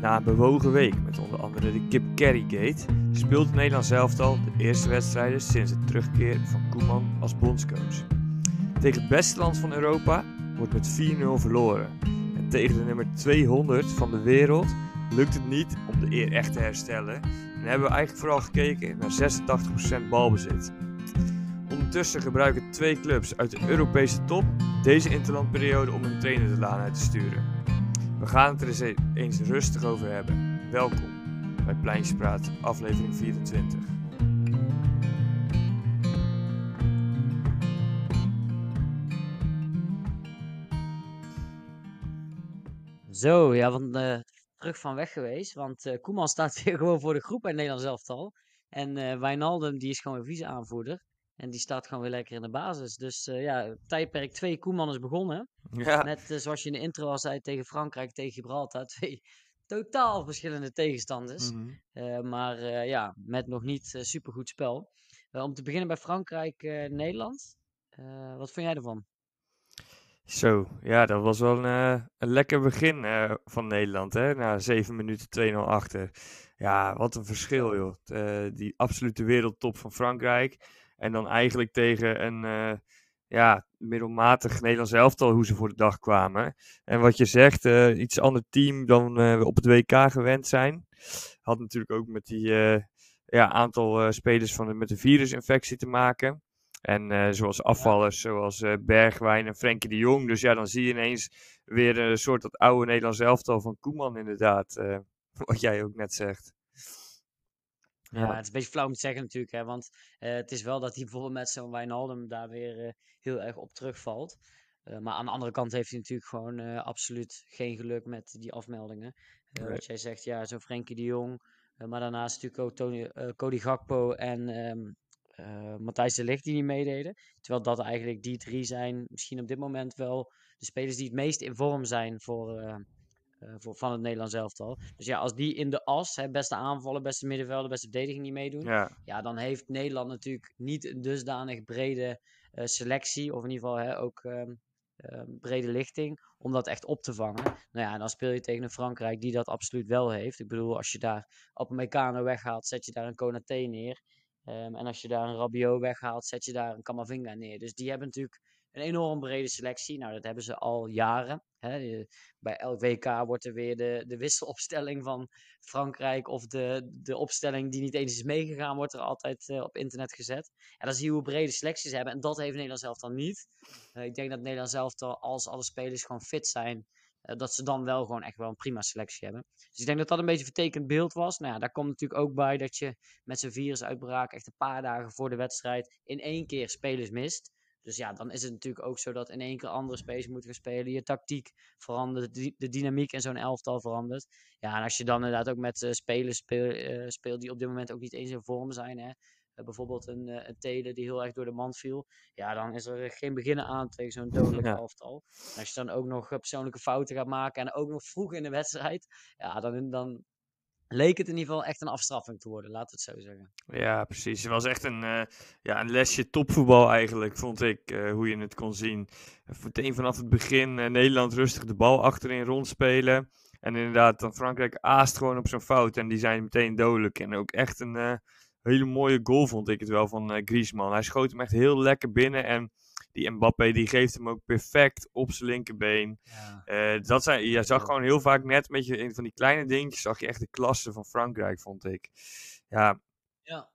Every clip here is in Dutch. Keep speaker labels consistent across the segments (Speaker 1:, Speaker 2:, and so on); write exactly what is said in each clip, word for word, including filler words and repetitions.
Speaker 1: Na een bewogen week met onder andere de Kip Kerry-gate speelt het Nederlands elftal de eerste wedstrijden sinds de terugkeer van Koeman als bondscoach. Tegen het beste land van Europa wordt met vier nul verloren. En tegen de nummer tweehonderd van de wereld lukt het niet om de eer echt te herstellen. En hebben we eigenlijk vooral gekeken naar zesentachtig procent balbezit. Ondertussen gebruiken twee clubs uit de Europese top deze interlandperiode om hun trainer de laan uit te sturen. We gaan het er eens, eens rustig over hebben. Welkom bij Pleintjespraat, aflevering vierentwintig.
Speaker 2: Zo, ja, want uh, terug van weg geweest. Want uh, Koeman staat weer gewoon voor de groep bij het Nederlands elftal. En uh, Wijnaldum, die is gewoon weer vice-aanvoerder. En die staat gewoon weer lekker in de basis. Dus uh, ja, tijdperk twee Koeman is begonnen.
Speaker 1: Ja.
Speaker 2: Met, uh, zoals je in de intro al zei, tegen Frankrijk, tegen Gibraltar. Twee totaal verschillende tegenstanders.
Speaker 1: Mm-hmm.
Speaker 2: Uh, maar uh, ja, met nog niet uh, supergoed spel. Uh, om te beginnen bij Frankrijk-Nederland. Uh, wat vond jij ervan?
Speaker 1: Zo, ja, dat was wel een, uh, een lekker begin uh, van Nederland, hè? Na zeven minuten twee nul achter. Ja, wat een verschil, joh. Uh, die absolute wereldtop van Frankrijk. En dan eigenlijk tegen een uh, ja, middelmatig Nederlands elftal hoe ze voor de dag kwamen. En wat je zegt, uh, iets ander team dan uh, we op het W K gewend zijn. Had natuurlijk ook met die uh, ja, aantal uh, spelers van de, met de virusinfectie te maken. En uh, zoals afvallers, ja. zoals uh, Bergwijn en Frenkie de Jong. Dus ja, dan zie je ineens weer een soort dat oude Nederlands elftal van Koeman inderdaad. Uh, wat jij ook net zegt.
Speaker 2: Ja, ja, het is een beetje flauw om te zeggen natuurlijk. Hè, want uh, het is wel dat hij bijvoorbeeld met zo'n Wijnaldum daar weer uh, heel erg op terugvalt. Uh, maar aan de andere kant heeft hij natuurlijk gewoon uh, absoluut geen geluk met die afmeldingen. Uh, nee. Wat jij zegt, ja, zo'n Frenkie de Jong. Uh, maar daarnaast natuurlijk ook Tony, uh, Cody Gakpo en... Um, Uh, Matthijs de Ligt die niet meededen. Terwijl dat eigenlijk die drie zijn misschien op dit moment wel de spelers die het meest in vorm zijn voor, uh, uh, voor, van het Nederlands elftal. Dus ja, als die in de as, hè, beste aanvallen, beste middenvelden, beste verdediging niet meedoen. Ja. ja, dan heeft Nederland natuurlijk niet een dusdanig brede uh, selectie. Of in ieder geval hè, ook uh, uh, brede lichting om dat echt op te vangen. Nou ja, en dan speel je tegen een Frankrijk die dat absoluut wel heeft. Ik bedoel, als je daar Upamecano weghaalt, zet je daar een Konaté neer. Um, en als je daar een Rabiot weghaalt, zet je daar een Camavinga neer. Dus die hebben natuurlijk een enorm brede selectie. Nou, dat hebben ze al jaren. Hè. Bij elk W K wordt er weer de, de wisselopstelling van Frankrijk of de, de opstelling die niet eens is meegegaan, wordt er altijd uh, op internet gezet. En dan zie je hoe brede selecties ze hebben. En dat heeft Nederland zelf dan niet. Uh, ik denk dat Nederland zelf dan, als alle spelers gewoon fit zijn, Uh, dat ze dan wel gewoon echt wel een prima selectie hebben. Dus ik denk dat dat een beetje een vertekend beeld was. Nou ja, daar komt natuurlijk ook bij dat je met zo'n virusuitbraak echt een paar dagen voor de wedstrijd in één keer spelers mist. Dus ja, dan is het natuurlijk ook zo dat in één keer andere spelers moeten gaan spelen. Je tactiek verandert, de, de dynamiek in zo'n elftal verandert. Ja, en als je dan inderdaad ook met uh, spelers speel, uh, speelt die op dit moment ook niet eens in vorm zijn, hè. Uh, bijvoorbeeld een, uh, een Taylor die heel erg door de mand viel. Ja, dan is er geen beginnen aan tegen zo'n dodelijk ja. elftal. En als je dan ook nog persoonlijke fouten gaat maken en ook nog vroeg in de wedstrijd, ja, dan, dan leek het in ieder geval echt een afstraffing te worden, laten we het zo zeggen.
Speaker 1: Ja, precies. Het was echt een, uh, ja, een lesje topvoetbal eigenlijk, vond ik, uh, hoe je het kon zien. Meteen vanaf het begin uh, Nederland rustig de bal achterin rondspelen. En inderdaad, dan Frankrijk aast gewoon op zo'n fout en die zijn meteen dodelijk. En ook echt een uh, hele mooie goal vond ik het wel van uh, Griezmann. Hij schoot hem echt heel lekker binnen en die Mbappé die geeft hem ook perfect op zijn linkerbeen. Ja. Uh, dat zijn, je zag gewoon heel vaak net met je, van die kleine dingetjes, zag je echt de klasse van Frankrijk, vond ik. Ja.
Speaker 2: Ja.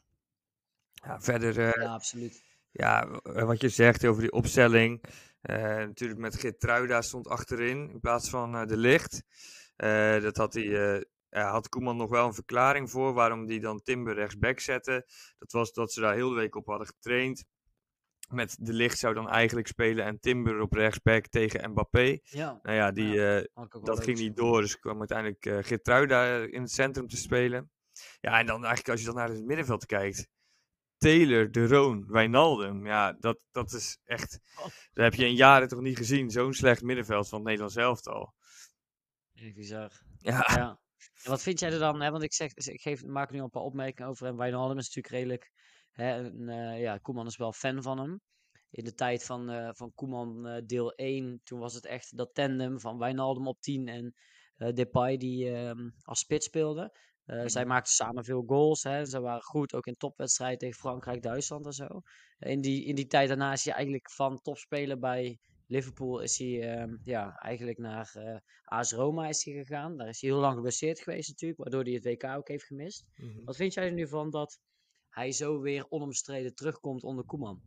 Speaker 1: Ja, verder. Uh,
Speaker 2: ja, absoluut.
Speaker 1: Ja, wat je zegt over die opstelling. Uh, natuurlijk met Geertruida stond achterin in plaats van uh, De Ligt. Uh, dat had hij. Uh, Uh, had Koeman nog wel een verklaring voor waarom die dan Timber rechtsback zette. Dat was dat ze daar heel de week op hadden getraind. Met De Ligt zou dan eigenlijk spelen en Timber op rechtsback tegen Mbappé.
Speaker 2: Ja.
Speaker 1: Nou ja, die,
Speaker 2: ja,
Speaker 1: uh, dat ging niet door. Dus kwam uiteindelijk uh, Geertruida in het centrum te spelen. Ja, en dan eigenlijk als je dan naar het middenveld kijkt. Taylor, De Roon, Wijnaldum. Ja, dat, dat is echt... Dat heb je in jaren toch niet gezien. Zo'n slecht middenveld van het Nederlands elftal.
Speaker 2: Bizar.
Speaker 1: Ja.
Speaker 2: ja. En wat vind jij er dan? Hè? Want ik, zeg, ik geef, maak nu al een paar opmerkingen over hem. Wijnaldum is natuurlijk redelijk... Hè, en, uh, ja, Koeman is wel fan van hem. In de tijd van, uh, van Koeman uh, deel één, toen was het echt dat tandem van Wijnaldum op tien en uh, Depay die um, als spits speelde. Uh, zij
Speaker 1: Mhm.
Speaker 2: maakten samen veel goals. Hè. Ze waren goed, ook in topwedstrijden tegen Frankrijk, Duitsland en zo. In die, in die tijd daarna is hij eigenlijk van topspeler bij Liverpool is hij um, ja, eigenlijk naar uh, A S Roma is hij gegaan. Daar is hij heel lang geblesseerd geweest natuurlijk, waardoor hij het W K ook heeft gemist.
Speaker 1: Mhm.
Speaker 2: Wat vind jij er nu van dat hij zo weer onomstreden terugkomt onder Koeman?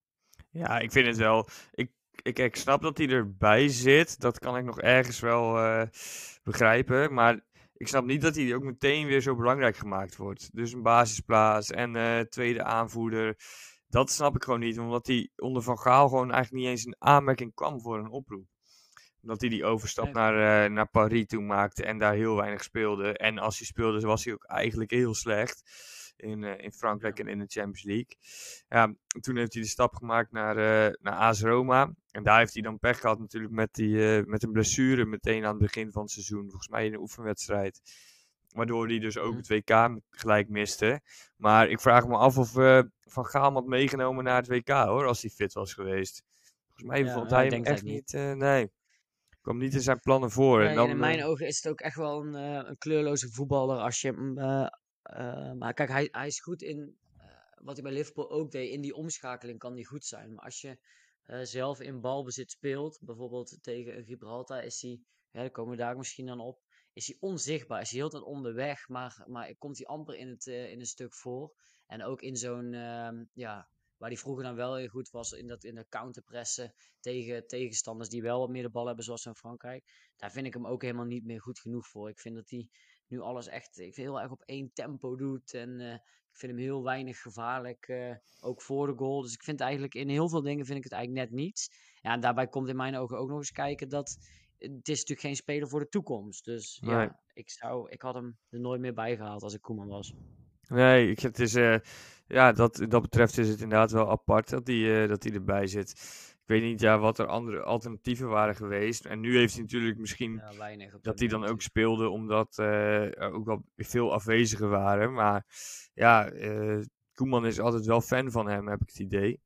Speaker 1: Ja, ik vind het wel. Ik, ik, ik snap dat hij erbij zit. Dat kan ik nog ergens wel eh, begrijpen. Maar ik snap niet dat hij ook meteen weer zo belangrijk gemaakt wordt. Dus een basisplaats en eh, tweede aanvoerder. Dat snap ik gewoon niet. Omdat hij onder Van Gaal gewoon eigenlijk niet eens in aanmerking kwam voor een oproep. Omdat hij die overstap
Speaker 2: Nee,
Speaker 1: naar, uh, naar Paris toen maakte en daar heel weinig speelde. En als hij speelde, was hij ook eigenlijk heel slecht in, uh, in Frankrijk
Speaker 2: ja.
Speaker 1: en in de Champions League. Ja, toen heeft hij de stap gemaakt naar, uh, naar A S Roma. En daar heeft hij dan pech gehad natuurlijk met, die, uh, met een blessure meteen aan het begin van het seizoen. Volgens mij in een oefenwedstrijd. Waardoor hij dus ook
Speaker 2: Mm-hmm.
Speaker 1: het W K gelijk miste. Maar ik vraag me af of uh, Van Gaal hem had meegenomen naar het W K hoor, als hij fit was geweest. Volgens mij
Speaker 2: Ja,
Speaker 1: vond
Speaker 2: ja,
Speaker 1: hij
Speaker 2: ik
Speaker 1: hem
Speaker 2: denk het
Speaker 1: echt
Speaker 2: eigenlijk niet.
Speaker 1: niet, uh, nee. Kwam niet in zijn plannen voor. En
Speaker 2: Nee, en
Speaker 1: dan,
Speaker 2: in
Speaker 1: uh,
Speaker 2: mijn ogen is het ook echt wel een, uh, een kleurloze voetballer als je hem... Uh, uh, maar kijk, hij, hij is goed in... Uh, wat hij bij Liverpool ook deed, in die omschakeling kan hij goed zijn. Maar als je uh, zelf in balbezit speelt, bijvoorbeeld tegen een Gibraltar, is hij... Ja, daar komen we daar misschien dan op. Is hij onzichtbaar, is hij heel de tijd onderweg, maar, maar komt hij amper in het, uh, in een stuk voor. En ook in zo'n... Uh, ja, waar hij vroeger dan wel heel goed was, in dat in de counterpressen tegen tegenstanders die wel wat meer de bal hebben, zoals in Frankrijk. Daar vind ik hem ook helemaal niet meer goed genoeg voor. Ik vind dat hij nu alles echt ik vind heel erg op één tempo doet. En uh, ik vind hem heel weinig gevaarlijk, uh, ook voor de goal. Dus ik vind eigenlijk in heel veel dingen vind ik het eigenlijk net niets. Ja, en daarbij komt in mijn ogen ook nog eens kijken dat het is natuurlijk geen speler voor de toekomst. Dus
Speaker 1: nee.
Speaker 2: ja, ik, zou, ik had hem er nooit meer bij gehaald als ik Koeman was.
Speaker 1: Nee, ik, het is, uh, ja, dat, dat betreft is het inderdaad wel apart dat hij uh, dat hij erbij zit. Ik weet niet ja, wat er andere alternatieven waren geweest. En nu heeft hij natuurlijk misschien
Speaker 2: Ja, weinig op
Speaker 1: dat
Speaker 2: dit
Speaker 1: hij dan
Speaker 2: moment
Speaker 1: ook
Speaker 2: natuurlijk.
Speaker 1: speelde omdat uh, er ook wel veel afwezigen waren. Maar ja, uh, Koeman is altijd wel fan van hem, heb ik het idee.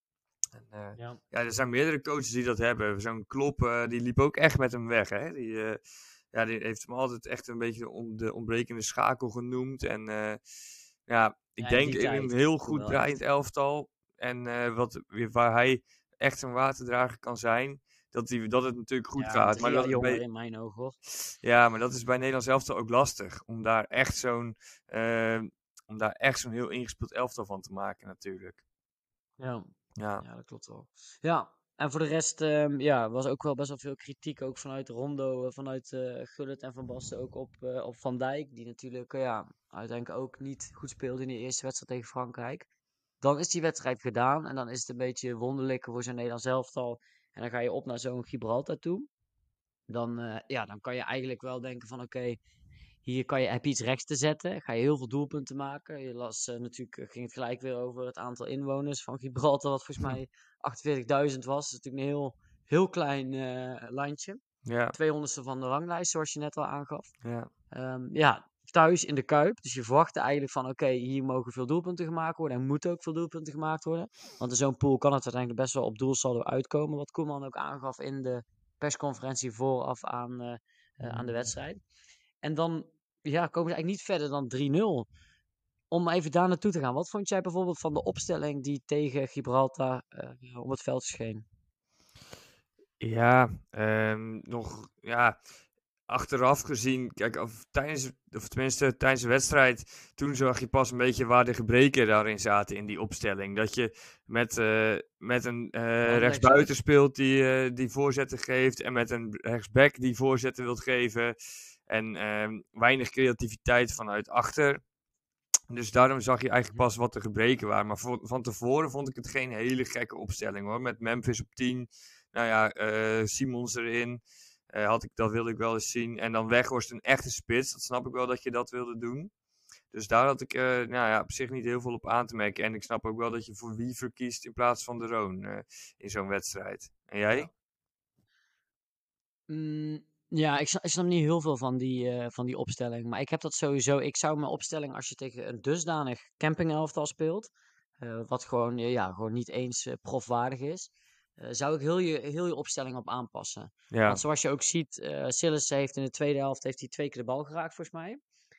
Speaker 1: En, uh,
Speaker 2: Ja.
Speaker 1: ja, er zijn meerdere coaches die dat hebben. Zo'n Klopp, uh, die liep ook echt met hem weg. Hè? Die, uh, ja, die heeft hem altijd echt een beetje de, de ontbrekende schakel genoemd. En uh, ja, ik
Speaker 2: Ja, in
Speaker 1: denk
Speaker 2: die
Speaker 1: in een
Speaker 2: tijd
Speaker 1: heel
Speaker 2: toen
Speaker 1: goed
Speaker 2: wel
Speaker 1: draaiend
Speaker 2: echt.
Speaker 1: elftal. En uh, wat, waar hij echt een waterdrager kan zijn. Dat, die, dat het natuurlijk goed
Speaker 2: Ja, een
Speaker 1: gaat. Maar
Speaker 2: drie jaar
Speaker 1: dat,
Speaker 2: jonger
Speaker 1: bij,
Speaker 2: in mijn ogen hoor.
Speaker 1: ja, maar dat is bij Nederlands elftal ook lastig. Om daar echt zo'n uh, om daar echt zo'n heel ingespeeld elftal van te maken natuurlijk.
Speaker 2: Ja.
Speaker 1: Ja.
Speaker 2: Ja, dat klopt wel. Ja, en voor de rest um, ja, was ook wel best wel veel kritiek, ook vanuit Rondo, uh, vanuit uh, Gullit en Van Basten, ook op, uh, op Van Dijk, die natuurlijk uh, ja, uiteindelijk ook niet goed speelde in die eerste wedstrijd tegen Frankrijk. Dan is die wedstrijd gedaan en dan is het een beetje wonderlijk voor zo'n Nederlands elftal. En dan ga je op naar zo'n Gibraltar toe. Dan, uh, ja, dan kan je eigenlijk wel denken van oké, okay, hier kan je, heb je iets rechts te zetten. Ga je heel veel doelpunten maken. Je las uh, natuurlijk, uh, ging het gelijk weer over het aantal inwoners van Gibraltar, wat volgens mij achtenveertigduizend was. Dat is natuurlijk een heel, heel klein uh, landje.
Speaker 1: Ja.
Speaker 2: tweehonderdste van de ranglijst, zoals je net al aangaf.
Speaker 1: Ja.
Speaker 2: Um, ja, thuis in de Kuip. Dus je verwacht eigenlijk van, oké, okay, hier mogen veel doelpunten gemaakt worden. En moeten ook veel doelpunten gemaakt worden. Want in zo'n pool kan het uiteindelijk best wel op doelsaldo uitkomen. Wat Koeman ook aangaf in de persconferentie vooraf aan, uh, uh, aan de wedstrijd. En dan ja, komen ze eigenlijk niet verder dan drie nul. Om even daar naartoe te gaan. Wat vond jij bijvoorbeeld van de opstelling die tegen Gibraltar uh, op het veld verscheen?
Speaker 1: Ja, um, nog, ja, achteraf gezien, kijk, of, tijdens, of tenminste tijdens de wedstrijd, toen zag je pas een beetje waar de gebreken daarin zaten in die opstelling. Dat je met, uh, met een uh, rechtsbuiten speelt die, uh, die voorzetten geeft en met een rechtsback die voorzetten wilt geven. En uh, weinig creativiteit vanuit achter. Dus daarom zag je eigenlijk pas wat de gebreken waren. Maar voor, van tevoren vond ik het geen hele gekke opstelling hoor. Met Memphis op tien. Nou ja, uh, Simons erin. Uh, had ik, dat wilde ik wel eens zien. En dan Weghorst een echte spits. Dat snap ik wel dat je dat wilde doen. Dus daar had ik uh, nou ja, op zich niet heel veel op aan te merken. En ik snap ook wel dat je voor Wiever kiest in plaats van de Roon uh, in zo'n wedstrijd. En jij?
Speaker 2: Ja. Mm, ja, ik snap, ik snap niet heel veel van die, uh, van die opstelling. Maar ik heb dat sowieso. Ik zou mijn opstelling, als je tegen een dusdanig campingelftal speelt. Uh, wat gewoon, ja, gewoon niet eens uh, profwaardig is. uh, zou ik heel je, heel je opstelling op aanpassen.
Speaker 1: Ja.
Speaker 2: Want zoals je ook ziet, uh, Sillissen heeft in de tweede helft heeft hij twee keer de bal geraakt volgens mij.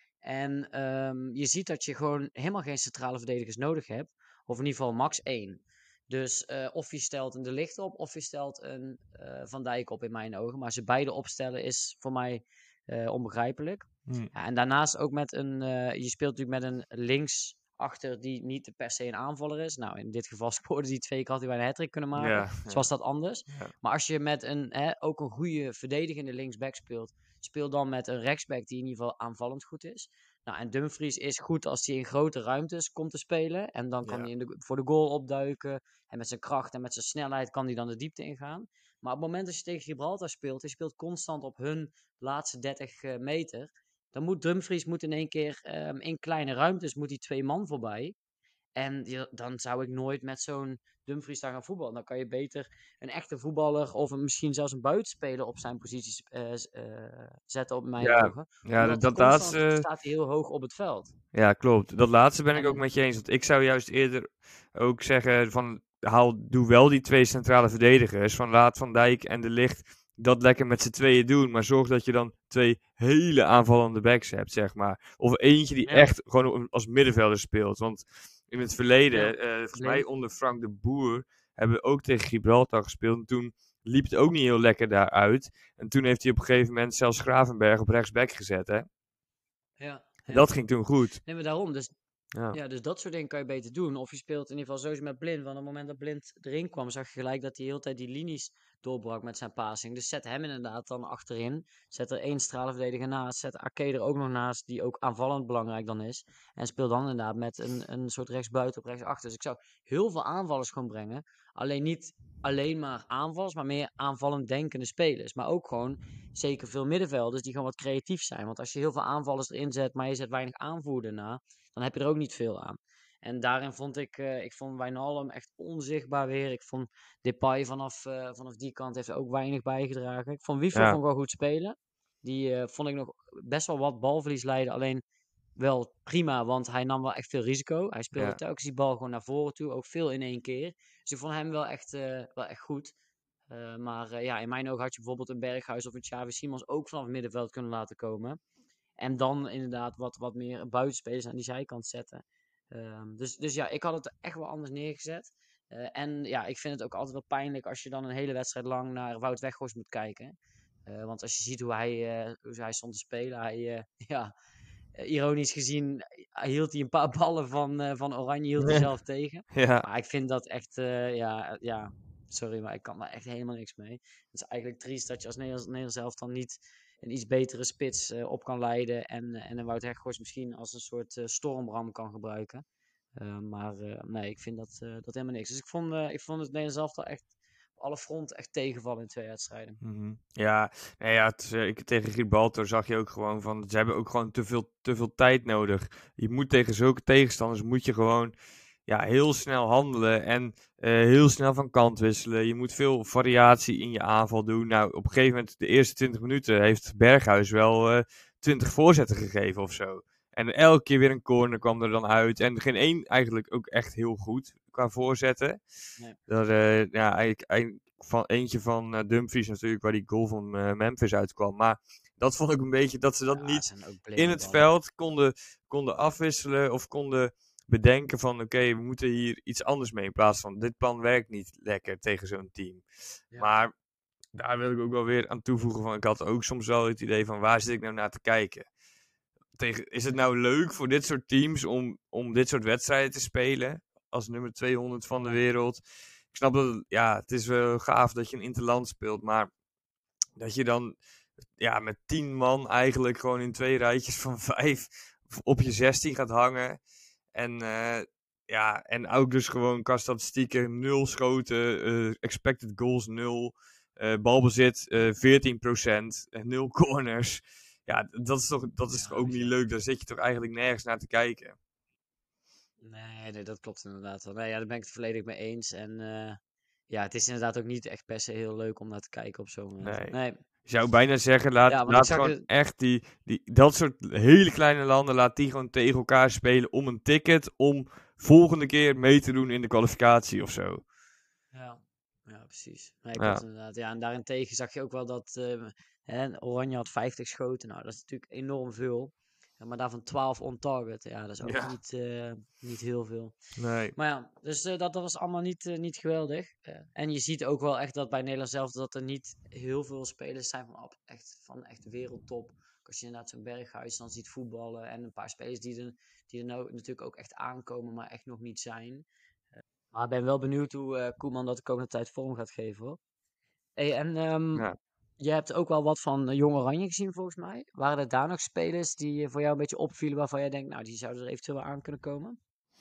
Speaker 2: En um, je ziet dat je gewoon helemaal geen centrale verdedigers nodig hebt. Of in ieder geval max één. Dus uh, of je stelt een De Ligt op, of je stelt een uh, Van Dijk op in mijn ogen. Maar ze beide opstellen is voor mij uh, onbegrijpelijk. Hmm. Ja, en daarnaast ook met een, uh, je speelt natuurlijk met een linksachter die niet per se een aanvaller is. Nou, in dit geval scoorde die twee keer, had hij bij een hat-trick kunnen maken. Ja, dus ja. was dat anders. Ja. Maar als je met een, hè, ook een goede verdedigende linksback speelt, speel dan met een rechtsback die in ieder geval aanvallend goed is. Nou, en Dumfries is goed als hij in grote ruimtes komt te spelen. En dan kan ja. hij in de, voor de goal opduiken. En met zijn kracht en met zijn snelheid kan hij dan de diepte ingaan. Maar op het moment dat je tegen Gibraltar speelt, hij speelt constant op hun laatste dertig uh, meter. Dan moet Dumfries moet in één keer um, in kleine ruimtes moet hij twee man voorbij. En die, dan zou ik nooit met zo'n Dumfries daar gaan voetballen. Dan kan je beter een echte voetballer of een, misschien zelfs een buitenspeler op zijn posities uh, uh, zetten op mijn
Speaker 1: ja,
Speaker 2: ogen.
Speaker 1: Ja, dat, dat laatste
Speaker 2: staat hij heel hoog op het veld.
Speaker 1: Ja, klopt. Dat laatste ben en... ik ook met je eens. Want ik zou juist eerder ook zeggen van haal, doe wel die twee centrale verdedigers. Van laat Van Dijk en De Ligt dat lekker met z'n tweeën doen. Maar zorg dat je dan twee hele aanvallende backs hebt, zeg maar. Of eentje die ja. echt gewoon als middenvelder speelt. Want in het verleden, ja, uh, volgens mij onder Frank de Boer, hebben we ook tegen Gibraltar gespeeld. En toen liep het ook niet heel lekker daaruit. En toen heeft hij op een gegeven moment zelfs Gravenberg op rechtsback gezet, hè.
Speaker 2: Ja.
Speaker 1: Ja. Dat ging toen goed.
Speaker 2: Nee, maar daarom. Dus, ja. ja, dus dat soort dingen kan je beter doen. Of je speelt in ieder geval sowieso met Blind. Want op het moment dat Blind erin kwam, zag je gelijk dat hij de hele tijd die linies doorbrak met zijn passing. Dus zet hem inderdaad dan achterin. Zet er één stralenverdediger naast. Zet Ake er ook nog naast, die ook aanvallend belangrijk dan is. En speel dan inderdaad met een, een soort rechtsbuiten of rechtsachter. Dus ik zou heel veel aanvallers gewoon brengen. Alleen niet alleen maar aanvallers, maar meer aanvallend denkende spelers. Maar ook gewoon zeker veel middenvelders die gewoon wat creatief zijn. Want als je heel veel aanvallers erin zet, maar je zet weinig aanvoerder na, dan heb je er ook niet veel aan. En daarin vond ik, uh, ik vond Wijnaldum echt onzichtbaar weer. Ik vond Depay vanaf, uh, vanaf die kant heeft er ook weinig bijgedragen. Ik vond Wiever ja. vond ik wel goed spelen. Die uh, vond ik nog best wel wat balverlies leiden. Alleen wel prima, want hij nam wel echt veel risico. Hij speelde ja. telkens die bal gewoon naar voren toe. Ook veel in één keer. Dus ik vond hem wel echt, uh, wel echt goed. Uh, maar uh, ja, in mijn ogen had je bijvoorbeeld een Berghuis of een Xavi Simons ook vanaf het middenveld kunnen laten komen. En dan inderdaad wat, wat meer buitenspelers aan die zijkant zetten. Um, dus, dus ja, ik had het echt wel anders neergezet. Uh, en ja, ik vind het ook altijd wel pijnlijk als je dan een hele wedstrijd lang naar Wout Weghorst moet kijken. Uh, want als je ziet hoe hij, uh, hoe hij stond te spelen, hij, uh, ja, uh, ironisch gezien hield hij een paar ballen van, uh, van Oranje hield hij zelf tegen.
Speaker 1: Ja.
Speaker 2: Maar ik vind dat echt, uh, ja, ja, sorry, maar ik kan daar echt helemaal niks mee. Het is eigenlijk triest dat je als Nederlands, Nederlands zelf dan niet een iets betere spits uh, op kan leiden. En, en een Wout Weghorst misschien als een soort uh, stormram kan gebruiken. Uh, maar uh, nee, ik vind dat, uh, dat helemaal niks. Dus ik vond, uh, ik vond het Nederlands elftal echt op alle fronten echt tegenvallen in twee wedstrijden.
Speaker 1: Mm-hmm. Ja, nee, ja het, uh, ik, tegen Gibraltar zag je ook gewoon van, ze hebben ook gewoon te veel, te veel tijd nodig. Je moet tegen zulke tegenstanders, moet je gewoon ja, heel snel handelen en uh, heel snel van kant wisselen. Je moet veel variatie in je aanval doen. Nou, op een gegeven moment, de eerste twintig minuten, heeft Berghuis wel uh, twintig voorzetten gegeven of zo. En elke keer weer een corner kwam er dan uit. En geen één eigenlijk ook echt heel goed qua voorzetten. Nee. Dat, uh, ja, eigenlijk, eigenlijk van, eentje van uh, Dumfries natuurlijk, waar die goal van uh, Memphis uitkwam. Maar dat vond ik een beetje, dat ze dat ja, niet in het ballen. veld konden, konden afwisselen of konden bedenken van oké, okay, we moeten hier iets anders mee in plaats van dit plan werkt niet lekker tegen zo'n team. Ja. Maar daar wil ik ook wel weer aan toevoegen van ik had ook soms wel het idee van waar zit ik nou naar te kijken? Tegen, is het nou leuk voor dit soort teams om, om dit soort wedstrijden te spelen als nummer tweehonderd van de wereld? Ik snap dat het, ja, het is wel gaaf dat je een interland speelt, maar dat je dan ja, met tien man eigenlijk gewoon in twee rijtjes van vijf op je zestien gaat hangen. En, uh, ja, en ook dus gewoon qua statistieken nul schoten, uh, expected goals nul, uh, balbezit uh, veertien procent, uh, nul corners. Ja, dat is toch, dat is ja, toch ook niet ja. leuk. Daar zit je toch eigenlijk nergens naar te kijken.
Speaker 2: Nee, nee dat klopt inderdaad wel. Nee, ja, daar ben ik het volledig mee eens. En uh, ja, het is inderdaad ook niet echt per se heel leuk om naar te kijken op zo'n moment.
Speaker 1: Nee.
Speaker 2: nee.
Speaker 1: Je zou bijna zeggen, laat, ja, laat gewoon het... echt die, die, dat soort hele kleine landen, laat die gewoon tegen elkaar spelen om een ticket om volgende keer mee te doen in de kwalificatie of zo.
Speaker 2: Ja, Ja, precies. Nee, klopt
Speaker 1: Ja,
Speaker 2: inderdaad. Ja, en daarentegen zag je ook wel dat eh, hè, Oranje had vijftig schoten. Nou, dat is natuurlijk enorm veel. Ja, maar daarvan twaalf on target. Ja, dat is ook
Speaker 1: ja,
Speaker 2: niet, eh, niet heel veel.
Speaker 1: nee.
Speaker 2: Maar ja, dus eh, dat, dat was allemaal niet, eh, niet geweldig. Eh, en je ziet ook wel echt dat bij Nederland zelf dat er niet heel veel spelers zijn van, op- echt, van echt wereldtop. Als je inderdaad zo'n Berghuis dan ziet voetballen en een paar spelers die er, die er nou natuurlijk ook echt aankomen, maar echt nog niet zijn. Maar ik ben wel benieuwd hoe eh, Koeman dat de komende tijd vorm gaat geven, hoor. Hey, en ehm,
Speaker 1: Ja.
Speaker 2: je hebt ook wel wat van uh, Jong Oranje gezien, volgens mij. Waren er daar nog spelers die eh, voor jou een beetje opvielen, waarvan jij denkt, nou, die zouden er eventueel wel aan kunnen komen?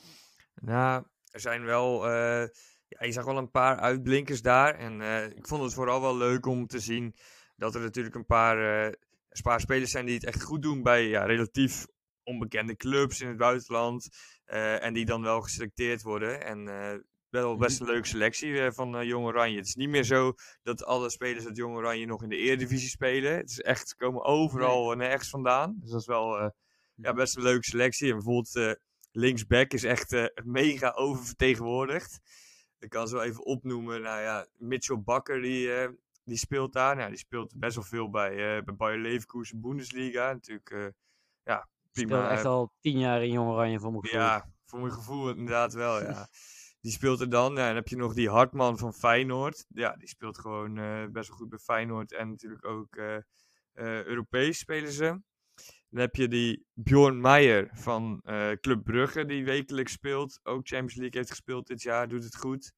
Speaker 1: Nou, er zijn wel, eh, ja, je zag wel een paar uitblinkers daar. En eh, ik vond het vooral wel leuk om te zien dat er natuurlijk een paar, eh, een paar spelers zijn die het echt goed doen bij ja, relatief onbekende clubs in het buitenland. eh, en die dan wel geselecteerd worden. En eh, wel
Speaker 2: Mhm.
Speaker 1: best een leuke selectie eh, van eh, Jong Oranje. Het is niet meer zo dat alle spelers uit Jong Oranje nog in de Eredivisie spelen. Het is echt, ze komen
Speaker 2: Nee.
Speaker 1: overal en nergens vandaan. Dus dat is wel eh, ja,
Speaker 2: Mhm.
Speaker 1: best een leuke selectie. En bijvoorbeeld eh, linksback is echt eh, mega oververtegenwoordigd. Ik kan zo even opnoemen. Nou ja, Mitchell Bakker die, eh, die speelt daar. Nou, die speelt best wel veel bij, eh bij Bayer Leverkusen Bundesliga. Natuurlijk, eh, ja,
Speaker 2: Speelde
Speaker 1: prima.
Speaker 2: echt
Speaker 1: eh,
Speaker 2: al tien jaar in Jong Oranje, voor mijn gevoel.
Speaker 1: Ja, voor mijn gevoel inderdaad wel, ja. Die speelt er dan. Ja, en dan heb je nog die Hartman van Feyenoord. Ja, die speelt gewoon eh, best wel goed bij Feyenoord. En natuurlijk ook eh, eh, Europees spelen ze. Dan heb je die Bjorn Meijer van eh, Club Brugge, die wekelijks speelt. Ook Champions League heeft gespeeld dit jaar, doet het goed.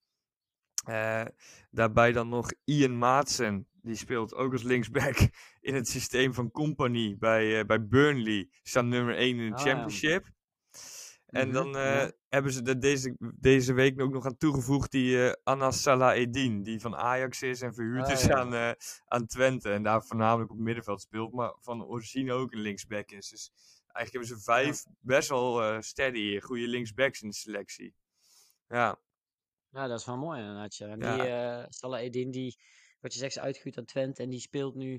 Speaker 1: Eh, daarbij dan nog Ian Maatsen. Die speelt ook als linksback in het systeem van Company bij, eh, bij Burnley. Staan nummer één in de
Speaker 2: Ah ja.
Speaker 1: Championship. En
Speaker 2: Mhm,
Speaker 1: dan eh,
Speaker 2: ja.
Speaker 1: hebben ze er deze, deze week ook nog aan toegevoegd die eh Anas Salahedin, die van Ajax is en verhuurd
Speaker 2: Ah
Speaker 1: is
Speaker 2: ja.
Speaker 1: aan, eh, aan Twente. En daar voornamelijk op het middenveld speelt, maar van origine ook een linksback is. Dus eigenlijk hebben ze
Speaker 2: Ja.
Speaker 1: vijf best wel eh steady, goede linksbacks in de selectie. Ja,
Speaker 2: Ja, dat is wel mooi inderdaad, ja. En die
Speaker 1: ja,
Speaker 2: eh Salah Eddin, die, wat je zegt, is uitgehuurd aan Twente. En die speelt nu,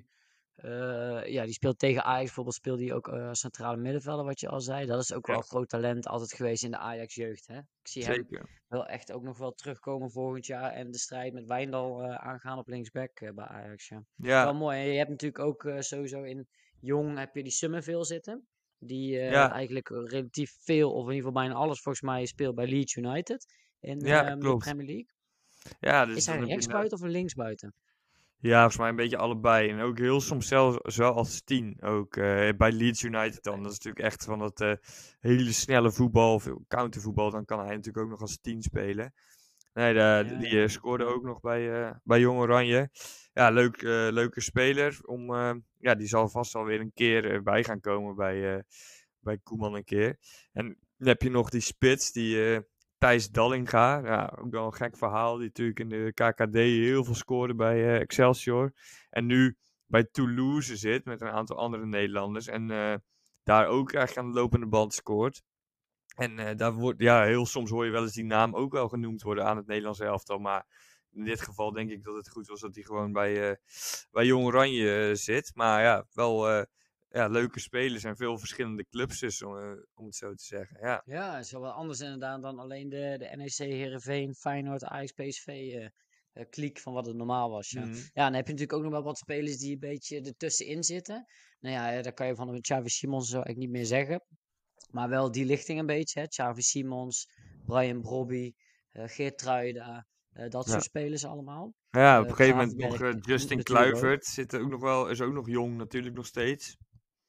Speaker 2: eh, ja, die speelt tegen Ajax bijvoorbeeld, speelt die ook eh, centrale middenvelder, wat je al zei. Dat is ook wel
Speaker 1: ja,
Speaker 2: een groot talent altijd geweest in de Ajax-jeugd, hè. Ik zie hem
Speaker 1: zeker.
Speaker 2: wel echt ook nog wel terugkomen volgend jaar en de strijd met Wijndal eh, aangaan op linksback eh, bij Ajax, ja. Wel
Speaker 1: Ja,
Speaker 2: mooi. En je hebt natuurlijk ook eh, sowieso in Jong heb je die Summerville zitten. Die eh,
Speaker 1: ja,
Speaker 2: eigenlijk relatief veel, of in ieder geval bijna alles volgens mij, speelt bij Leeds United in
Speaker 1: ja,
Speaker 2: ehm, de
Speaker 1: klopt.
Speaker 2: Premier League.
Speaker 1: Ja, dus
Speaker 2: Is hij
Speaker 1: dan
Speaker 2: een
Speaker 1: heb je inderdaad.
Speaker 2: rechtsbuiten of een linksbuiten?
Speaker 1: Ja, volgens mij een beetje allebei. En ook heel soms zelfs wel als tien. Ook eh, bij Leeds United dan.
Speaker 2: Oké.
Speaker 1: Dat is natuurlijk echt van dat eh, hele snelle voetbal, of countervoetbal. Dan kan hij natuurlijk ook nog als tien spelen. Nee, de,
Speaker 2: Ja,
Speaker 1: die
Speaker 2: ja,
Speaker 1: eh,
Speaker 2: ja.
Speaker 1: scoorde
Speaker 2: Ja.
Speaker 1: ook nog bij, eh, bij Jong Oranje. Ja, leuk, eh, leuke speler. Om, eh, ja, die zal vast alweer een keer eh, bij gaan komen bij, eh, bij Koeman een keer. En dan heb je nog die spits, die eh, Thijs Dallinga. Ja, ook wel een gek verhaal. Die natuurlijk in de K K D heel veel scoorde bij eh, Excelsior. En nu bij Toulouse zit met een aantal andere Nederlanders. En eh, daar ook eigenlijk aan de lopende band scoort. En eh, daar wordt, ja, heel soms hoor je wel eens die naam ook wel genoemd worden aan het Nederlands elftal. Maar in dit geval denk ik dat het goed was dat hij gewoon bij, eh, bij Jong Oranje eh, zit. Maar ja, wel eh, ja, leuke spelers en veel verschillende clubs dus, om, eh, om het zo te zeggen. Ja,
Speaker 2: Ja, het is wel wat anders inderdaad dan alleen de, de N E C, Heerenveen, Feyenoord, Ajax, P S V eh eh, kliek van wat het normaal was. Ja.
Speaker 1: Mhm.
Speaker 2: Ja, dan heb je natuurlijk ook nog wel wat spelers die een beetje ertussenin zitten. Nou ja, eh, daar kan je van de Xavi Simons zo eigenlijk niet meer zeggen. Maar wel die lichting een beetje. Hè. Xavi Simons, Brian Brobby, eh Geertruida, eh, dat soort
Speaker 1: Ja.
Speaker 2: spelers allemaal.
Speaker 1: Ja, op
Speaker 2: Eh
Speaker 1: een gegeven moment nog
Speaker 2: Gravenberg
Speaker 1: eh,
Speaker 2: n-
Speaker 1: Justin
Speaker 2: natuurlijk ook.
Speaker 1: Kluivert zit er ook nog wel, is ook nog jong natuurlijk nog steeds.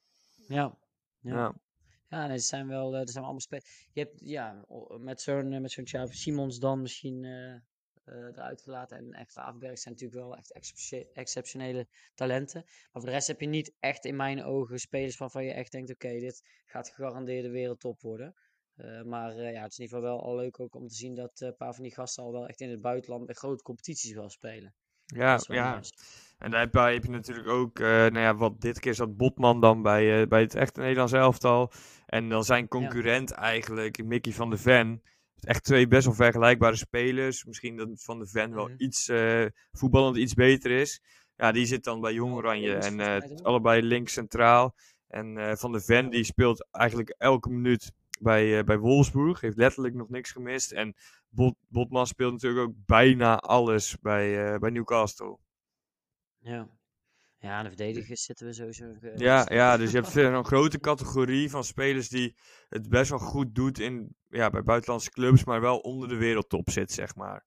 Speaker 2: Ja, ja.
Speaker 1: Ja,
Speaker 2: Ja, nee, het zijn wel, eh, er zijn wel allemaal spelers. Je hebt, ja, o- met zo'n eh, met zo'n Xavi Simons dan misschien eh, eh, eruit gelaten. En echt Gravenberg zijn natuurlijk wel echt exceptie- exceptionele talenten. Maar voor de rest heb je niet echt in mijn ogen spelers waarvan je echt denkt, oké, dit gaat gegarandeerd de wereldtop worden. Eh, maar eh, ja, het is in ieder geval wel al leuk ook om te zien dat eh, een paar van die gasten al wel echt in het buitenland bij grote competities wel spelen. Dat
Speaker 1: ja,
Speaker 2: is wel
Speaker 1: ja.
Speaker 2: nice.
Speaker 1: En daarbij heb je natuurlijk ook, eh, nou ja, wat dit keer zat Botman dan bij, eh, bij het echte Nederlands elftal. En dan zijn
Speaker 2: Ja.
Speaker 1: concurrent eigenlijk, Mickey van de Ven. Echt twee best wel vergelijkbare spelers. Misschien dat Van de Ven wel
Speaker 2: Mhm.
Speaker 1: iets eh, voetballend iets beter is. Ja, die zit dan bij Jong
Speaker 2: Allebei
Speaker 1: Oranje.
Speaker 2: links
Speaker 1: En
Speaker 2: volgens
Speaker 1: eh,
Speaker 2: mij toch?
Speaker 1: allebei links centraal. En eh, Van de Ven
Speaker 2: Ja.
Speaker 1: die speelt eigenlijk elke minuut bij, uh, bij Wolfsburg. Heeft letterlijk nog niks gemist. En Bot, Botman speelt natuurlijk ook bijna alles bij, uh, bij Newcastle.
Speaker 2: Ja. Ja, de verdedigers zitten we sowieso uh, niet
Speaker 1: Ja,
Speaker 2: slecht.
Speaker 1: ja, dus je hebt een grote categorie van spelers die het best wel goed doet in, ja, bij buitenlandse clubs, maar wel onder de wereldtop zit, zeg maar.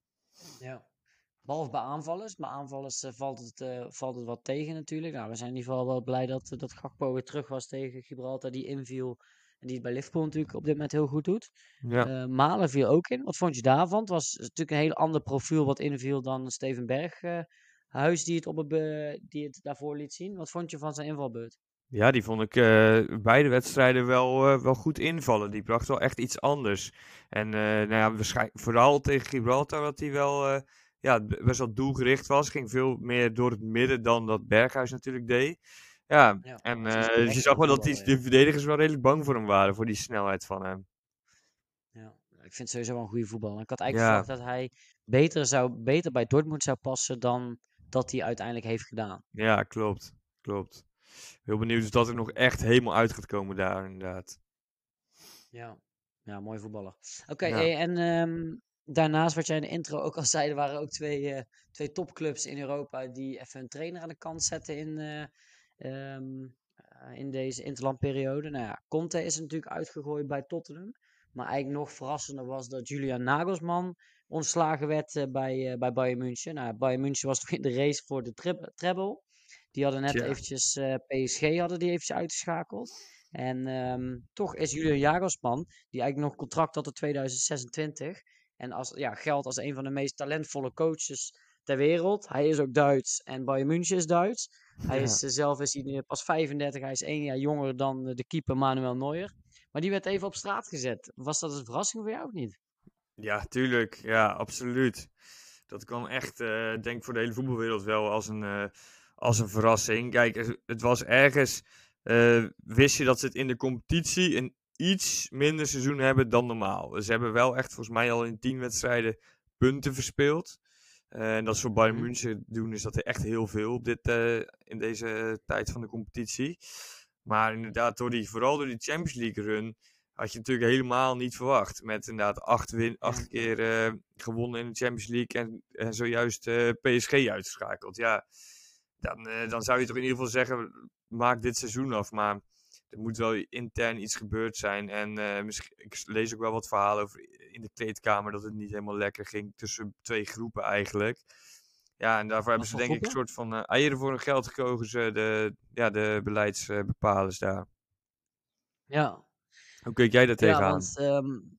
Speaker 2: Ja. Behalve bij aanvallers. Bij aanvallers uh, valt, het, uh, valt het wat tegen natuurlijk. Nou, we zijn in ieder geval wel blij dat, dat Gakpo weer terug was tegen Gibraltar. Die inviel. En die het bij Liverpool natuurlijk op dit moment heel goed doet.
Speaker 1: Ja.
Speaker 2: Uh, Malen viel ook in. Wat vond je daarvan? Het was natuurlijk een heel ander profiel wat inviel dan Steven Berg. Uh, Huis die het, op het, uh, die het daarvoor liet zien. Wat vond je van zijn invalbeurt?
Speaker 1: Ja, die vond ik uh, beide wedstrijden wel, uh, wel goed invallen. Die bracht wel echt iets anders. En uh, nou ja, waarschijnlijk vooral tegen Gibraltar dat hij wel uh, ja, best wel doelgericht was. Ging veel meer door het midden dan dat Berghuis natuurlijk deed. Ja,
Speaker 2: Ja,
Speaker 1: en
Speaker 2: dus
Speaker 1: uh, je zag wel dat die,
Speaker 2: ja.
Speaker 1: de verdedigers wel redelijk bang voor hem waren, voor die snelheid van hem.
Speaker 2: Ja, ik vind het sowieso wel een goede voetballer. Ik had eigenlijk
Speaker 1: Ja.
Speaker 2: verwacht dat hij beter, zou, beter bij Dortmund zou passen dan dat hij uiteindelijk heeft gedaan.
Speaker 1: Ja, klopt. Klopt. Heel benieuwd of dat er nog echt helemaal uit gaat komen daar, inderdaad.
Speaker 2: Ja, ja, mooi voetballer. Oké, okay,
Speaker 1: Ja.
Speaker 2: en um, daarnaast, wat jij in de intro ook al zei, er waren ook twee, uh, twee topclubs in Europa die even een trainer aan de kant zetten in, uh, um, uh, in deze interlandperiode. Nou ja, Conte is natuurlijk uitgegooid bij Tottenham. Maar eigenlijk nog verrassender was dat Julian Nagelsman ontslagen werd uh, bij, uh, bij Bayern München. Nou, Bayern München was nog in de race voor de tri- treble. Die hadden net
Speaker 1: Tja.
Speaker 2: eventjes uh, P S G hadden die eventjes uitgeschakeld. En um, toch is Julian Jagelsman, die eigenlijk nog contract had tot tweeduizend zesentwintig. En als, ja, geldt als een van de meest talentvolle coaches ter wereld. Hij is ook Duits en Bayern München is Duits. Hij
Speaker 1: Ja.
Speaker 2: is uh, zelf is hij pas vijfendertig, hij is één jaar jonger dan de keeper Manuel Neuer. Maar die werd even op straat gezet. Was dat een verrassing voor jou of niet?
Speaker 1: Ja, tuurlijk. Ja, absoluut. Dat kwam echt, uh, denk voor de hele voetbalwereld wel als een, uh, als een verrassing. Kijk, het was ergens, uh, wist je dat ze het in de competitie een iets minder seizoen hebben dan normaal. Ze hebben wel echt volgens mij al in tien wedstrijden punten verspeeld. Uh, en dat is voor Bayern
Speaker 2: Mhm.
Speaker 1: München doen, is dat echt heel veel op dit, uh, in deze tijd van de competitie. Maar inderdaad, door die, vooral door die Champions League run had je natuurlijk helemaal niet verwacht. Met inderdaad acht, win, acht
Speaker 2: Ja.
Speaker 1: keer uh, gewonnen in de Champions League en, en zojuist uh, P S G uitgeschakeld. Ja, dan, uh, dan zou je toch in ieder geval zeggen, maak dit seizoen af. Maar er moet wel intern iets gebeurd zijn. En uh, misschien, ik lees ook wel wat verhalen over in de kleedkamer dat het niet helemaal lekker ging tussen twee groepen eigenlijk. Ja, en daarvoor hebben ze denk
Speaker 2: groepen?
Speaker 1: ik een soort van uh, eieren voor hun geld gekozen, ze de, ja, de beleidsbepalers daar.
Speaker 2: Ja.
Speaker 1: Hoe keek jij daar
Speaker 2: Ja,
Speaker 1: tegenaan?
Speaker 2: want um,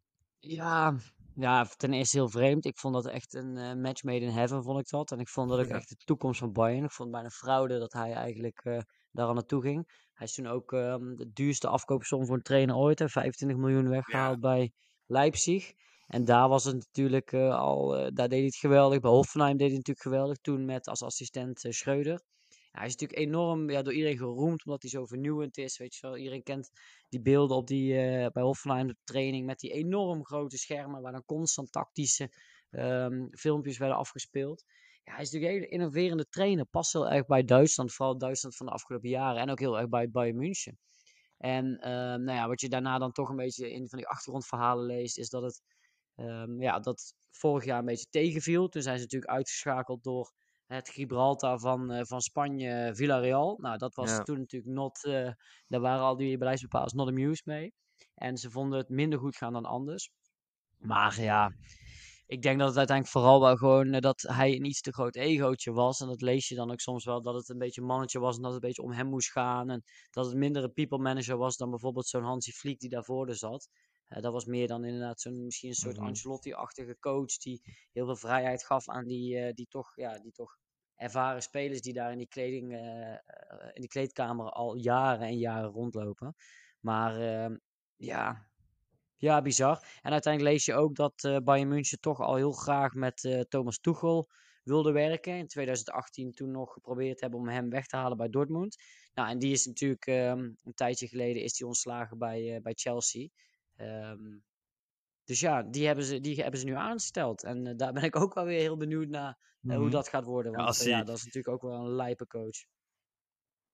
Speaker 2: ja, ja, ten eerste heel vreemd. Ik vond dat echt een uh, match made in heaven, vond ik dat. En ik vond dat ook
Speaker 1: Ja.
Speaker 2: echt de toekomst van Bayern. Ik vond het bijna fraude dat hij eigenlijk uh, daar al naartoe ging. Hij is toen ook um, de duurste afkoopsom voor een trainer ooit. Hè, vijfentwintig miljoen weggehaald
Speaker 1: Ja.
Speaker 2: bij Leipzig. En daar was het natuurlijk uh, al, uh, daar deed hij het geweldig. Bij Hoffenheim deed hij het natuurlijk geweldig. Toen met als assistent uh, Schreuder. Ja, hij is natuurlijk enorm ja, door iedereen geroemd, omdat hij zo vernieuwend is. Weet je wel. Iedereen kent die beelden op die, uh, bij Hoffenheim de training met die enorm grote schermen waar dan constant tactische um, filmpjes werden afgespeeld. Ja, hij is natuurlijk een hele innoverende trainer. Past heel erg bij Duitsland, vooral Duitsland van de afgelopen jaren. En ook heel erg bij Bayern München. En uh, nou ja, wat je daarna dan toch een beetje in van die achtergrondverhalen leest, is dat het um, ja, dat vorig jaar een beetje tegenviel. Toen zijn ze natuurlijk uitgeschakeld door het Gibraltar van, uh, van Spanje, Villarreal. Nou, dat was
Speaker 1: Ja.
Speaker 2: toen natuurlijk not, uh, daar waren al die beleidsbepalers not amused mee. En ze vonden het minder goed gaan dan anders. Maar ja, ik denk dat het uiteindelijk vooral wel gewoon uh, dat hij een iets te groot egootje was. En dat lees je dan ook soms wel, dat het een beetje een mannetje was en dat het een beetje om hem moest gaan. En dat het minder een people manager was dan bijvoorbeeld zo'n Hansi Flick die daarvoor er zat. Uh, dat was meer dan inderdaad zo'n misschien een soort
Speaker 1: Mm-hmm.
Speaker 2: Ancelotti-achtige coach die heel veel vrijheid gaf aan die, uh, die, toch, ja, die toch ervaren spelers die daar in die, kleding, uh, uh, in die kleedkamer al jaren en jaren rondlopen. Maar uh, ja... Ja, bizar. En uiteindelijk lees je ook dat uh, Bayern München toch al heel graag met uh, Thomas Tuchel wilde werken. In tweeduizend achttien toen nog geprobeerd hebben om hem weg te halen bij Dortmund. Nou, en die is natuurlijk um, een tijdje geleden is die ontslagen bij, uh, bij Chelsea. Um, dus ja, die hebben ze, die hebben ze nu aangesteld. En uh, daar ben ik ook wel weer heel benieuwd naar uh, hoe
Speaker 1: Mm-hmm.
Speaker 2: dat gaat worden.
Speaker 1: Ja,
Speaker 2: Want
Speaker 1: als
Speaker 2: uh,
Speaker 1: hij,
Speaker 2: ja, dat is natuurlijk ook wel een lijpe coach.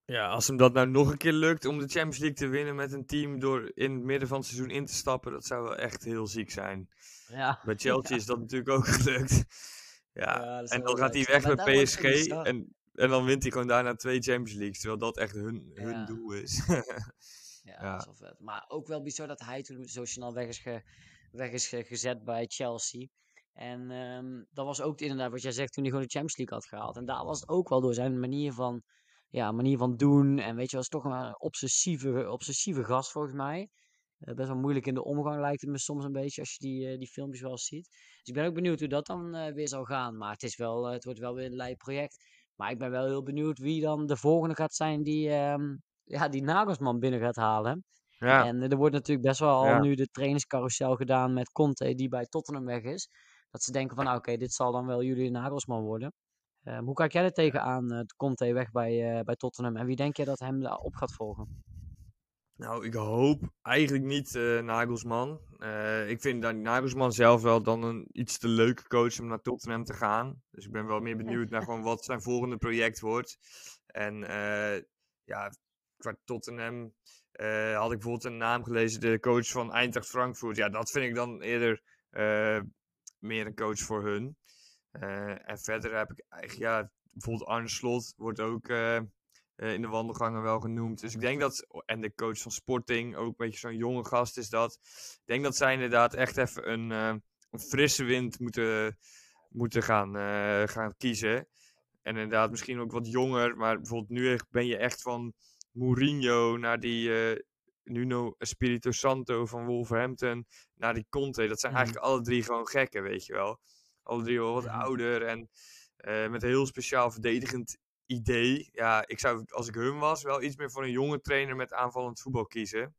Speaker 1: Ja, als hem dat nou nog een keer lukt om de Champions League te winnen met een team door in het midden van het seizoen in te stappen, dat zou wel echt heel ziek zijn.
Speaker 2: Ja,
Speaker 1: Bij Chelsea
Speaker 2: ja.
Speaker 1: is dat natuurlijk ook gelukt. Ja,
Speaker 2: Ja, dat
Speaker 1: en
Speaker 2: zou wel
Speaker 1: dan gaat
Speaker 2: leuk
Speaker 1: hij
Speaker 2: zijn.
Speaker 1: weg
Speaker 2: Maar
Speaker 1: met
Speaker 2: daar wordt het
Speaker 1: P S G
Speaker 2: zo bizar.
Speaker 1: en, en dan wint hij gewoon daarna twee Champions Leagues, terwijl dat echt hun, hun
Speaker 2: Ja.
Speaker 1: doel is.
Speaker 2: Ja, dat is
Speaker 1: Ja,
Speaker 2: wel vet. Maar ook wel bizar dat hij toen zo snel weg is, ge- weg is ge- gezet bij Chelsea. En ehm, dat was ook inderdaad wat jij zegt toen hij gewoon de Champions League had gehaald. En daar was het ook wel door zijn manier van, ja, manier van doen. En weet je, was toch een obsessieve, obsessieve gast volgens mij. Eh, best wel moeilijk in de omgang lijkt het me soms een beetje als je die, eh, die filmpjes wel eens ziet. Dus ik ben ook benieuwd hoe dat dan eh, weer zal gaan. Maar het is wel, eh, het wordt wel weer een lijp project. Maar ik ben wel heel benieuwd wie dan de volgende gaat zijn die, ehm, ja, die Nagelsman binnen gaat halen.
Speaker 1: ja,
Speaker 2: En eh, er wordt natuurlijk best wel al
Speaker 1: ja.
Speaker 2: nu de trainingscarousel gedaan met Conte, die bij Tottenham weg is. Dat ze denken van, nou oké, dit zal dan wel jullie Nagelsman worden. Ehm, hoe kijk jij er tegenaan, uh, Conte weg bij, eh, bij Tottenham? En wie denk je dat hem op gaat volgen?
Speaker 1: Nou, ik hoop eigenlijk niet eh, Nagelsman. Eh, ik vind dat Nagelsman zelf wel dan een iets te leuke coach om naar Tottenham te gaan. Dus ik ben wel meer benieuwd naar gewoon wat zijn volgende project wordt. En eh, ja, qua Tottenham eh, had ik bijvoorbeeld een naam gelezen, de coach van Eintracht Frankfurt. Ja, dat vind ik dan eerder eh, meer een coach voor hun. Eh, en verder heb ik eigenlijk, ja, bijvoorbeeld Arne Slot wordt ook eh, eh, in de wandelgangen wel genoemd. Dus ik denk dat, en de coach van Sporting, ook een beetje zo'n jonge gast is dat. Ik denk dat zij inderdaad echt even een, eh, een frisse wind moeten, moeten gaan, eh, gaan kiezen. En inderdaad misschien ook wat jonger, maar bijvoorbeeld nu echt- ben je echt van Mourinho naar die eh, Nuno Espirito Santo van Wolverhampton, naar die Conte. Dat zijn
Speaker 2: Mhm,
Speaker 1: eigenlijk alle drie gewoon gekken, weet je wel. Alle drie wel wat
Speaker 2: mhm.
Speaker 1: ouder en eh, met een heel speciaal verdedigend idee. Ja, ik zou als ik hun was wel iets meer voor een jonge trainer met aanvallend voetbal kiezen.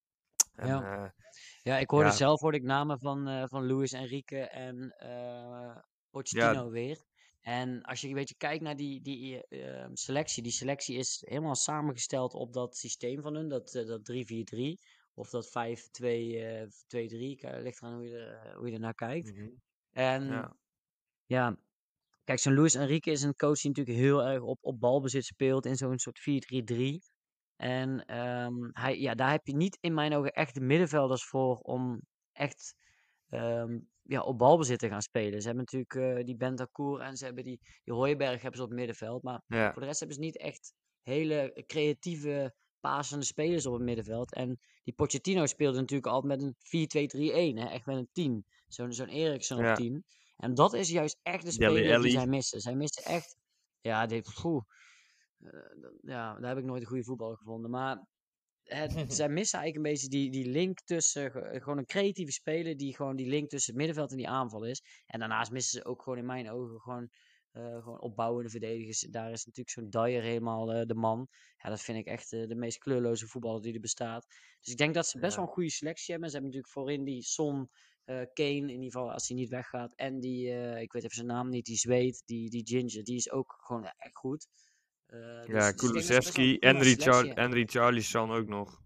Speaker 1: En
Speaker 2: Ja.
Speaker 1: eh,
Speaker 2: Ja, ik hoorde
Speaker 1: ja,
Speaker 2: zelf hoorde ik namen van, eh, van Luis Enrique en eh
Speaker 1: ja,
Speaker 2: Pochettino weer. En als je een beetje kijkt naar die, die eh, ehm, selectie, die selectie is helemaal samengesteld op dat systeem van hun, dat, eh, dat drie vier drie of dat vijf twee eh, twee drie, K- ligt eraan hoe je, er, hoe je ernaar kijkt.
Speaker 1: mhm,
Speaker 2: En
Speaker 1: ja,
Speaker 2: ja, kijk, zo'n Luis Enrique is een coach die natuurlijk heel erg op, op balbezit speelt in zo'n soort vier drie drie. En ehm, hij, ja, daar heb je niet in mijn ogen echt de middenvelders voor om echt ehm, ja, op balbezit te gaan spelen. Ze hebben natuurlijk eh, die Bentancur en ze hebben die, die Hooiberg hebben ze op het middenveld. Maar
Speaker 1: ja,
Speaker 2: voor de rest hebben ze niet echt hele creatieve, pasende spelers op het middenveld. En die Pochettino speelde natuurlijk altijd met een vier twee drie een, hè, echt met een tien. Zo'n zo'n Eriksen op
Speaker 1: ja.
Speaker 2: tien. En dat is juist echt de
Speaker 1: Deli
Speaker 2: speler die zij
Speaker 1: Alli.
Speaker 2: missen. Zij missen echt, ja, dit, poeh, eh, dat- ja, daar heb ik nooit een goede voetballer gevonden. Maar het, zij missen eigenlijk een beetje die, die link tussen, ge- gewoon een creatieve speler die gewoon die link tussen het middenveld en die aanval is. En daarnaast missen ze ook gewoon in mijn ogen gewoon, eh, gewoon opbouwende verdedigers. Daar is natuurlijk zo'n Dyer helemaal eh, de man. Ja, dat vind ik echt eh, de meest kleurloze voetballer die er bestaat. Dus ik denk dat ze best wel
Speaker 1: Ja,
Speaker 2: een goede selectie hebben. Ze hebben natuurlijk voorin die Son, eh, Kane, in ieder geval als hij niet weggaat. En die, eh, ik weet even zijn naam niet, die Zweed, die, die Ginger, die is ook gewoon echt goed. Eh,
Speaker 1: ja,
Speaker 2: dus, dus ik denk dat ze best wel
Speaker 1: Kulusevski
Speaker 2: een
Speaker 1: en
Speaker 2: prima
Speaker 1: Richard
Speaker 2: selectie.
Speaker 1: en Richarlison ook nog.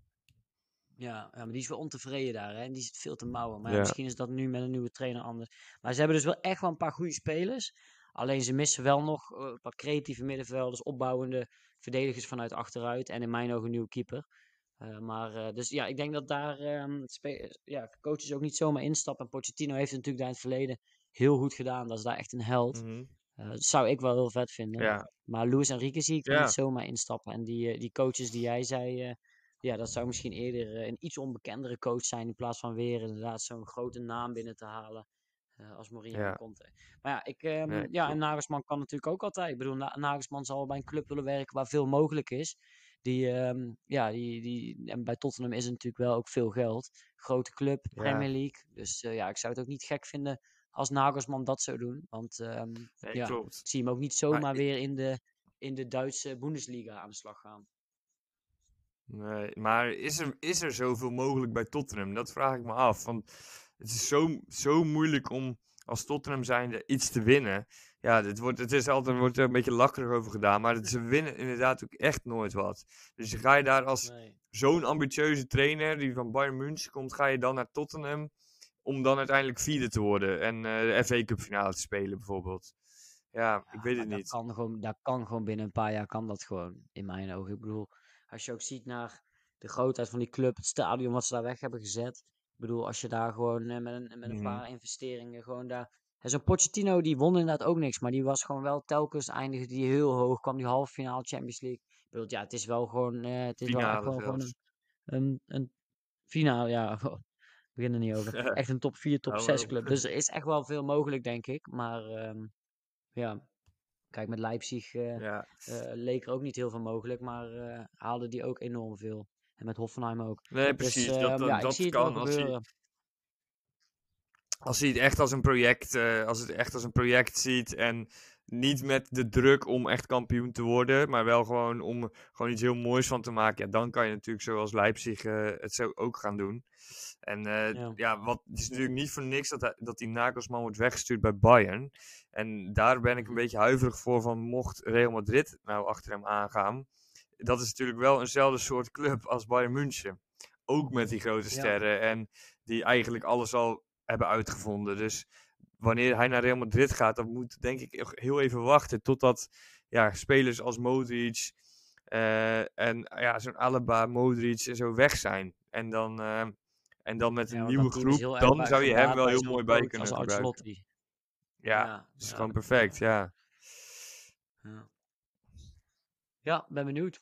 Speaker 2: Ja, ja, maar die is wel ontevreden daar, hè. En die zit veel te mouwen. Maar ja,
Speaker 1: Ja,
Speaker 2: misschien is dat nu met een nieuwe trainer anders. Maar ze hebben dus wel echt wel een paar goede spelers. Alleen ze missen wel nog eh, een paar creatieve middenvelders, opbouwende verdedigers vanuit achteruit. En in mijn ogen een nieuwe keeper. Eh, maar eh, dus ja, ik denk dat daar ehm, spe- ja, coaches ook niet zomaar instappen. En Pochettino heeft het natuurlijk daar in het verleden heel goed gedaan. Dat is daar echt een held.
Speaker 1: mhm,
Speaker 2: Eh, dat zou ik wel heel vet vinden.
Speaker 1: ja,
Speaker 2: Maar Luis Enrique zie ik er niet
Speaker 1: ja,
Speaker 2: zomaar instappen. En die, eh, die coaches die jij zei, eh, ja, dat zou misschien eerder eh, een iets onbekendere coach zijn. In plaats van weer inderdaad zo'n grote naam binnen te halen. eh, als Mourinho en
Speaker 1: ja,
Speaker 2: Conte. Maar ja, ik, ehm,
Speaker 1: nee,
Speaker 2: ja, en
Speaker 1: klopt.
Speaker 2: Nagelsman kan natuurlijk ook altijd. Ik bedoel, Na- Nagelsman zal bij een club willen werken waar veel mogelijk is. Die, ehm, ja, die, die, en bij Tottenham is het natuurlijk wel ook veel geld. Grote club,
Speaker 1: Ja,
Speaker 2: Premier League. Dus eh, ja, ik zou het ook niet gek vinden als Nagelsman dat zou doen. Want ehm,
Speaker 1: nee,
Speaker 2: ja,
Speaker 1: klopt.
Speaker 2: ik zie hem ook niet
Speaker 1: Maar
Speaker 2: zomaar weer in de, in de Duitse Bundesliga aan de slag gaan.
Speaker 1: Nee, maar is er, is er zoveel mogelijk bij Tottenham? Dat vraag ik me af. Want het is zo, zo moeilijk om als Tottenham zijnde iets te winnen. Ja, dit wordt, het is altijd, wordt er een beetje lacherig over gedaan. Maar het- ze winnen inderdaad ook echt nooit wat. Dus je ga je daar als
Speaker 2: Nee.
Speaker 1: zo'n ambitieuze trainer die van Bayern München komt, ga je dan naar Tottenham om dan uiteindelijk vierde te worden en eh, de F A Cup finale te spelen bijvoorbeeld. Ja, ik
Speaker 2: Ja,
Speaker 1: weet het
Speaker 2: maar dat
Speaker 1: niet.
Speaker 2: kan gewoon, dat kan gewoon binnen een paar jaar kan dat gewoon, in mijn ogen. Ik bedoel, als je ook ziet naar de grootheid van die club, het stadion wat ze daar weg hebben gezet. Ik bedoel, als je daar gewoon eh, met een, met een
Speaker 1: Mhm.
Speaker 2: paar investeringen gewoon daar... En zo'n Pochettino, die won inderdaad ook niks, maar die was gewoon wel telkens eindigde die heel hoog, kwam die halve finale Champions League. Ik bedoel, ja, het is wel gewoon, eh, het is wel echt
Speaker 1: Finale
Speaker 2: wel gewoon een,
Speaker 1: zelfs.
Speaker 2: een, een finale, ja, we beginnen er niet over. Echt een top vier, top
Speaker 1: Hou maar
Speaker 2: zes
Speaker 1: op.
Speaker 2: club. Dus er is echt wel veel mogelijk, denk ik. Maar ehm, ja, kijk, met Leipzig eh,
Speaker 1: Ja.
Speaker 2: eh, leek er ook niet heel veel mogelijk, maar eh, haalde die ook enorm veel. En met Hoffenheim ook.
Speaker 1: Nee,
Speaker 2: Dus
Speaker 1: precies. Dat,
Speaker 2: ehm, ja,
Speaker 1: dat,
Speaker 2: ik zie
Speaker 1: dat
Speaker 2: het wel
Speaker 1: kan als hij,
Speaker 2: gebeuren.
Speaker 1: als hij het echt als een project, eh, als het echt als een project ziet en niet met de druk om echt kampioen te worden, maar wel gewoon om gewoon iets heel moois van te maken. Ja, dan kan je natuurlijk zoals Leipzig eh, het zo ook gaan doen. En eh,
Speaker 2: Ja.
Speaker 1: ja, wat, het is natuurlijk niet voor niks dat, hij, dat die Nagelsman wordt weggestuurd bij Bayern. En daar ben ik een
Speaker 2: Mhm.
Speaker 1: beetje huiverig voor van mocht Real Madrid nou achter hem aangaan. Dat is natuurlijk wel eenzelfde soort club als Bayern München. Ook met die grote
Speaker 2: Ja.
Speaker 1: sterren en die eigenlijk alles al hebben uitgevonden. Dus wanneer hij naar Real Madrid gaat, dan moet denk ik nog heel even wachten totdat ja, spelers als Modric eh, en ja, zo'n Alaba, Modric en zo weg zijn. En dan, eh, en dan met
Speaker 2: Ja,
Speaker 1: een
Speaker 2: want
Speaker 1: nieuwe
Speaker 2: dat team is
Speaker 1: groep,
Speaker 2: heel erg
Speaker 1: dan
Speaker 2: bij,
Speaker 1: zou je hem
Speaker 2: gebaat
Speaker 1: wel
Speaker 2: bij
Speaker 1: heel
Speaker 2: zo'n
Speaker 1: mooi bij
Speaker 2: coach als
Speaker 1: kunnen gebruiken.
Speaker 2: Ancelotti.
Speaker 1: Ja,
Speaker 2: Ja,
Speaker 1: het is
Speaker 2: ja,
Speaker 1: gewoon perfect,
Speaker 2: ja,
Speaker 1: ja.
Speaker 2: ja. Ja, ben benieuwd.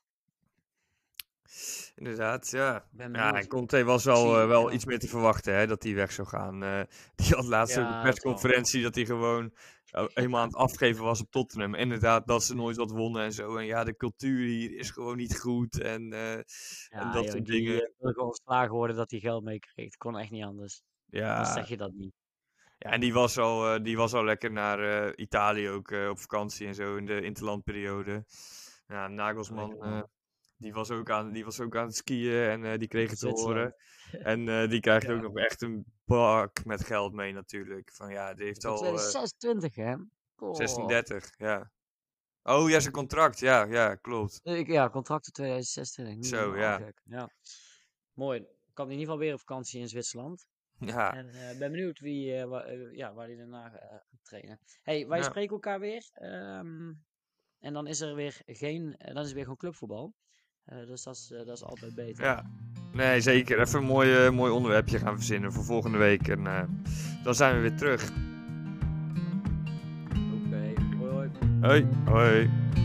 Speaker 1: Inderdaad, ja.
Speaker 2: Ben
Speaker 1: Ja, en
Speaker 2: benieuwd.
Speaker 1: Conte was
Speaker 2: Ik
Speaker 1: al eh,
Speaker 2: zie,
Speaker 1: wel
Speaker 2: ja.
Speaker 1: iets meer te verwachten, hè, dat hij weg zou gaan. Eh, die had laatst ook een
Speaker 2: Ja, dat wel.
Speaker 1: persconferentie dat hij gewoon eh, helemaal aan het afgeven was op Tottenham. Inderdaad, dat ze nooit wat wonnen en zo. En ja, de cultuur hier is gewoon niet goed en, eh, en
Speaker 2: Ja,
Speaker 1: dat
Speaker 2: joh,
Speaker 1: soort
Speaker 2: die
Speaker 1: dingen.
Speaker 2: uh, wil gewoon ontslagen worden dat hij geld meekreeg. Kon echt niet anders. Anders
Speaker 1: Ja,
Speaker 2: zeg je dat niet.
Speaker 1: ja en die was al, eh, die was al lekker naar eh, Italië ook eh, op vakantie en zo in de interlandperiode. Ja,
Speaker 2: Lekker
Speaker 1: Nagelsman, eh,
Speaker 2: man.
Speaker 1: die was ook aan, die was ook aan het skiën en eh, die kreeg het te horen.
Speaker 2: Zwitserland.
Speaker 1: En eh, die krijgt ook
Speaker 2: Ja.
Speaker 1: nog echt een bak met geld mee natuurlijk. Van ja, die heeft
Speaker 2: Tot
Speaker 1: al eh,
Speaker 2: tweeduizend zesentwintig, hè? Oh.
Speaker 1: zesendertig, ja. Oh ja, zijn contract, ja, ja, klopt.
Speaker 2: Ik, ja, contract tot tweeduizend zesentwintig. Niet
Speaker 1: Zo,
Speaker 2: normaal
Speaker 1: ja.
Speaker 2: gek. Ja. Mooi. Kan in ieder geval weer op vakantie in Zwitserland.
Speaker 1: Ja,
Speaker 2: En eh ben benieuwd wie, eh, wa- eh, ja, waar hij daarna eh, gaat trainen. Hey, wij
Speaker 1: ja,
Speaker 2: spreken elkaar weer. ehm, en dan is er weer geen, eh, dan is er weer gewoon clubvoetbal. Eh, dus dat is, eh, dat is altijd beter.
Speaker 1: ja. Nee, zeker. Even een mooi, eh, mooi onderwerpje gaan verzinnen voor volgende week. En eh, dan zijn we weer terug.
Speaker 2: Oké, hoi hoi.
Speaker 1: Hoi, hoi.